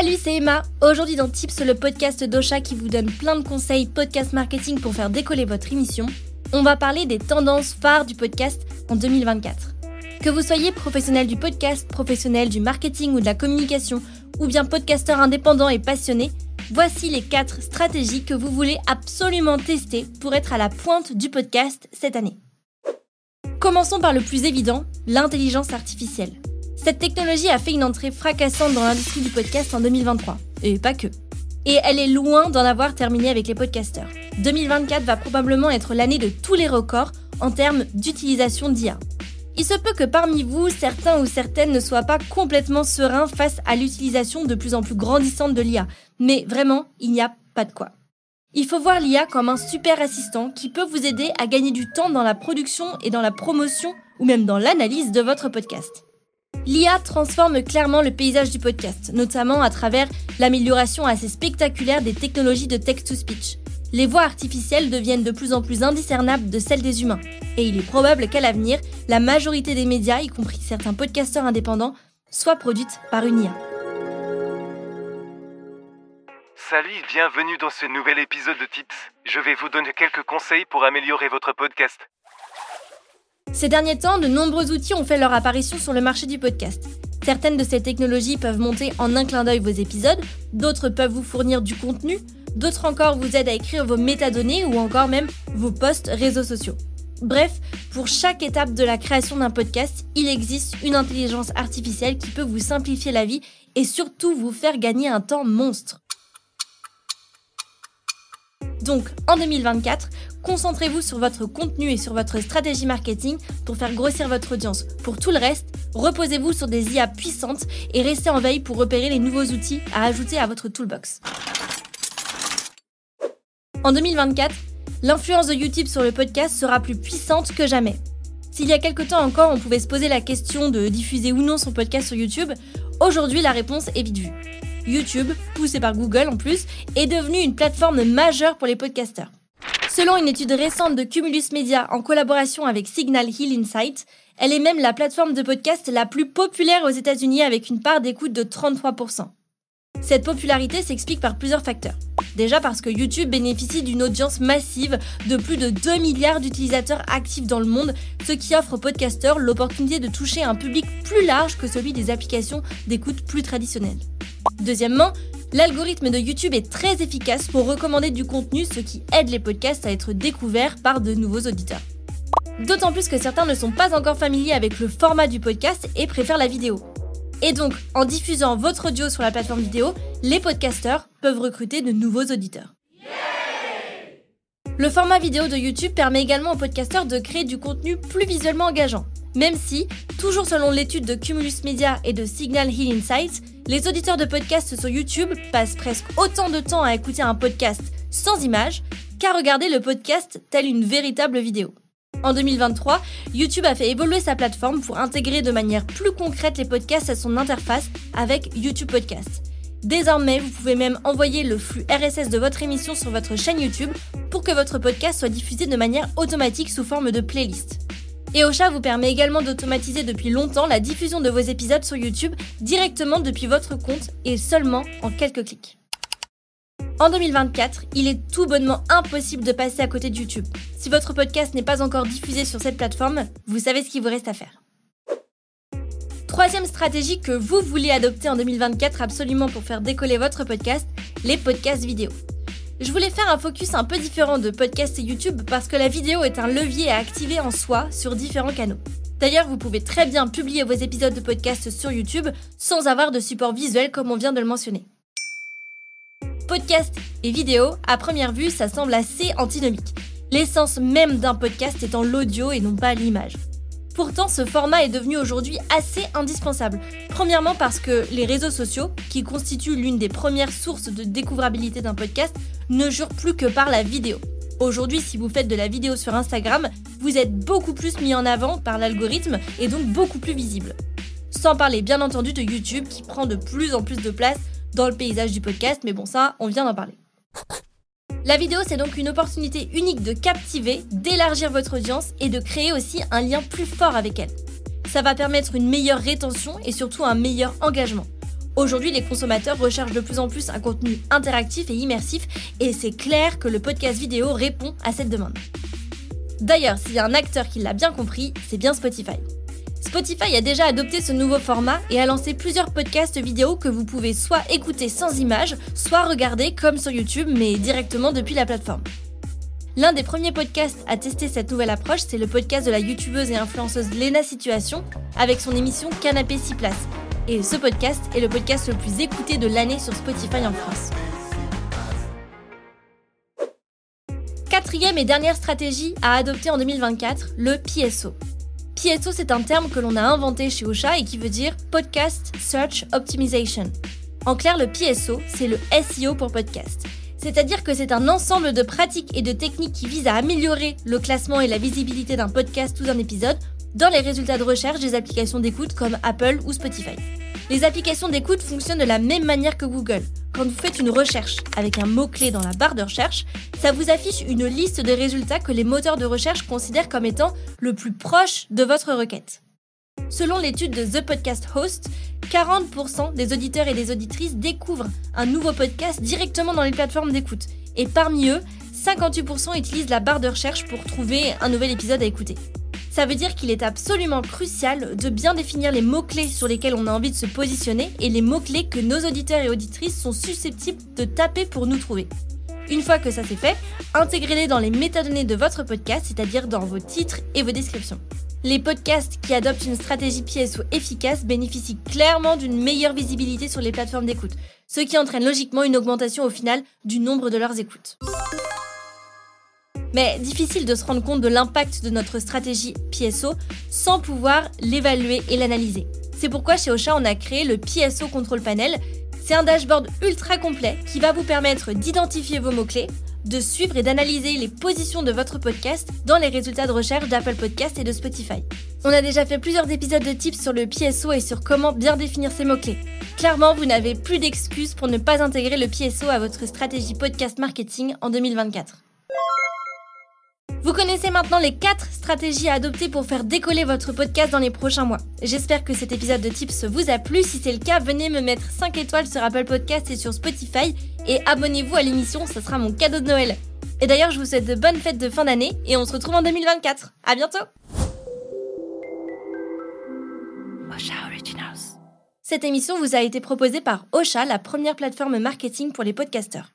Salut, c'est Emma. Aujourd'hui dans Tips, le podcast d'Ocha qui vous donne plein de conseils podcast marketing pour faire décoller votre émission, on va parler des tendances phares du podcast en 2024. Que vous soyez professionnel du podcast, professionnel du marketing ou de la communication, ou bien podcasteur indépendant et passionné, voici les 4 stratégies que vous voulez absolument tester pour être à la pointe du podcast cette année. Commençons par le plus évident, l'intelligence artificielle. Cette technologie a fait une entrée fracassante dans l'industrie du podcast en 2023, et pas que. Et elle est loin d'en avoir terminé avec les podcasteurs. 2024 va probablement être l'année de tous les records en termes d'utilisation d'IA. Il se peut que parmi vous, certains ou certaines ne soient pas complètement sereins face à l'utilisation de plus en plus grandissante de l'IA, mais vraiment, il n'y a pas de quoi. Il faut voir l'IA comme un super assistant qui peut vous aider à gagner du temps dans la production et dans la promotion ou même dans l'analyse de votre podcast. L'IA transforme clairement le paysage du podcast, notamment à travers l'amélioration assez spectaculaire des technologies de text-to-speech. Les voix artificielles deviennent de plus en plus indiscernables de celles des humains, et il est probable qu'à l'avenir, la majorité des médias, y compris certains podcasteurs indépendants, soient produites par une IA. Salut, bienvenue dans ce nouvel épisode de Tips. Je vais vous donner quelques conseils pour améliorer votre podcast. Ces derniers temps, de nombreux outils ont fait leur apparition sur le marché du podcast. Certaines de ces technologies peuvent monter en un clin d'œil vos épisodes, d'autres peuvent vous fournir du contenu, d'autres encore vous aident à écrire vos métadonnées ou encore même vos posts réseaux sociaux. Bref, pour chaque étape de la création d'un podcast, il existe une intelligence artificielle qui peut vous simplifier la vie et surtout vous faire gagner un temps monstre. Donc, en 2024, concentrez-vous sur votre contenu et sur votre stratégie marketing pour faire grossir votre audience. Pour tout le reste, reposez-vous sur des IA puissantes et restez en veille pour repérer les nouveaux outils à ajouter à votre toolbox. En 2024, l'influence de YouTube sur le podcast sera plus puissante que jamais. S'il y a quelque temps encore, on pouvait se poser la question de diffuser ou non son podcast sur YouTube, aujourd'hui la réponse est vite vue. YouTube, poussé par Google en plus, est devenu une plateforme majeure pour les podcasteurs. Selon une étude récente de Cumulus Media en collaboration avec Signal Hill Insight, elle est même la plateforme de podcast la plus populaire aux États-Unis avec une part d'écoute de 33%. Cette popularité s'explique par plusieurs facteurs. Déjà parce que YouTube bénéficie d'une audience massive de plus de 2 milliards d'utilisateurs actifs dans le monde, ce qui offre aux podcasteurs l'opportunité de toucher un public plus large que celui des applications d'écoute plus traditionnelles. Deuxièmement, l'algorithme de YouTube est très efficace pour recommander du contenu, ce qui aide les podcasts à être découverts par de nouveaux auditeurs. D'autant plus que certains ne sont pas encore familiers avec le format du podcast et préfèrent la vidéo. Et donc, en diffusant votre audio sur la plateforme vidéo, les podcasteurs peuvent recruter de nouveaux auditeurs. Le format vidéo de YouTube permet également aux podcasteurs de créer du contenu plus visuellement engageant. Même si, toujours selon l'étude de Cumulus Media et de Signal Hill Insight, les auditeurs de podcasts sur YouTube passent presque autant de temps à écouter un podcast sans images qu'à regarder le podcast tel une véritable vidéo. En 2023, YouTube a fait évoluer sa plateforme pour intégrer de manière plus concrète les podcasts à son interface avec YouTube Podcast. Désormais, vous pouvez même envoyer le flux RSS de votre émission sur votre chaîne YouTube pour que votre podcast soit diffusé de manière automatique sous forme de playlist. Et Ocha vous permet également d'automatiser depuis longtemps la diffusion de vos épisodes sur YouTube directement depuis votre compte et seulement en quelques clics. En 2024, il est tout bonnement impossible de passer à côté de YouTube. Si votre podcast n'est pas encore diffusé sur cette plateforme, vous savez ce qu'il vous reste à faire. Troisième stratégie que vous voulez adopter en 2024 absolument pour faire décoller votre podcast, les podcasts vidéo. Je voulais faire un focus un peu différent de podcast et YouTube parce que la vidéo est un levier à activer en soi sur différents canaux. D'ailleurs, vous pouvez très bien publier vos épisodes de podcast sur YouTube sans avoir de support visuel comme on vient de le mentionner. Podcast et vidéo, à première vue, ça semble assez antinomique. L'essence même d'un podcast étant l'audio et non pas l'image. Pourtant, ce format est devenu aujourd'hui assez indispensable. Premièrement parce que les réseaux sociaux, qui constituent l'une des premières sources de découvrabilité d'un podcast, ne jurent plus que par la vidéo. Aujourd'hui, si vous faites de la vidéo sur Instagram, vous êtes beaucoup plus mis en avant par l'algorithme et donc beaucoup plus visible. Sans parler bien entendu de YouTube qui prend de plus en plus de place dans le paysage du podcast, mais bon ça, on vient d'en parler. La vidéo, c'est donc une opportunité unique de captiver, d'élargir votre audience et de créer aussi un lien plus fort avec elle. Ça va permettre une meilleure rétention et surtout un meilleur engagement. Aujourd'hui, les consommateurs recherchent de plus en plus un contenu interactif et immersif, et c'est clair que le podcast vidéo répond à cette demande. D'ailleurs, s'il y a un acteur qui l'a bien compris, c'est bien Spotify. Spotify a déjà adopté ce nouveau format et a lancé plusieurs podcasts vidéo que vous pouvez soit écouter sans images, soit regarder comme sur YouTube, mais directement depuis la plateforme. L'un des premiers podcasts à tester cette nouvelle approche, c'est le podcast de la youtubeuse et influenceuse Léna Situation, avec son émission Canapé 6 places. Et ce podcast est le podcast le plus écouté de l'année sur Spotify en France. Quatrième et dernière stratégie à adopter en 2024, le PSO. PSO, c'est un terme que l'on a inventé chez Ocha et qui veut dire Podcast Search Optimization. En clair, le PSO, c'est le SEO pour podcast. C'est-à-dire que c'est un ensemble de pratiques et de techniques qui visent à améliorer le classement et la visibilité d'un podcast ou d'un épisode dans les résultats de recherche des applications d'écoute comme Apple ou Spotify. Les applications d'écoute fonctionnent de la même manière que Google. Quand vous faites une recherche avec un mot-clé dans la barre de recherche, ça vous affiche une liste de résultats que les moteurs de recherche considèrent comme étant le plus proche de votre requête. Selon l'étude de The Podcast Host, 40% des auditeurs et des auditrices découvrent un nouveau podcast directement dans les plateformes d'écoute. Et parmi eux, 58% utilisent la barre de recherche pour trouver un nouvel épisode à écouter. Ça veut dire qu'il est absolument crucial de bien définir les mots-clés sur lesquels on a envie de se positionner et les mots-clés que nos auditeurs et auditrices sont susceptibles de taper pour nous trouver. Une fois que ça c'est fait, intégrez-les dans les métadonnées de votre podcast, c'est-à-dire dans vos titres et vos descriptions. Les podcasts qui adoptent une stratégie PSO efficace bénéficient clairement d'une meilleure visibilité sur les plateformes d'écoute, ce qui entraîne logiquement une augmentation au final du nombre de leurs écoutes. Mais difficile de se rendre compte de l'impact de notre stratégie PSO sans pouvoir l'évaluer et l'analyser. C'est pourquoi chez Ocha, on a créé le PSO Control Panel. C'est un dashboard ultra complet qui va vous permettre d'identifier vos mots-clés, de suivre et d'analyser les positions de votre podcast dans les résultats de recherche d'Apple Podcasts et de Spotify. On a déjà fait plusieurs épisodes de tips sur le PSO et sur comment bien définir ces mots-clés. Clairement, vous n'avez plus d'excuses pour ne pas intégrer le PSO à votre stratégie podcast marketing en 2024. Vous connaissez maintenant les 4 stratégies à adopter pour faire décoller votre podcast dans les prochains mois. J'espère que cet épisode de Tips vous a plu. Si c'est le cas, venez me mettre 5 étoiles sur Apple Podcasts et sur Spotify et abonnez-vous à l'émission, ce sera mon cadeau de Noël. Et d'ailleurs, je vous souhaite de bonnes fêtes de fin d'année et on se retrouve en 2024. À bientôt. Ocha Originals. Cette émission vous a été proposée par Ocha, la première plateforme marketing pour les podcasteurs.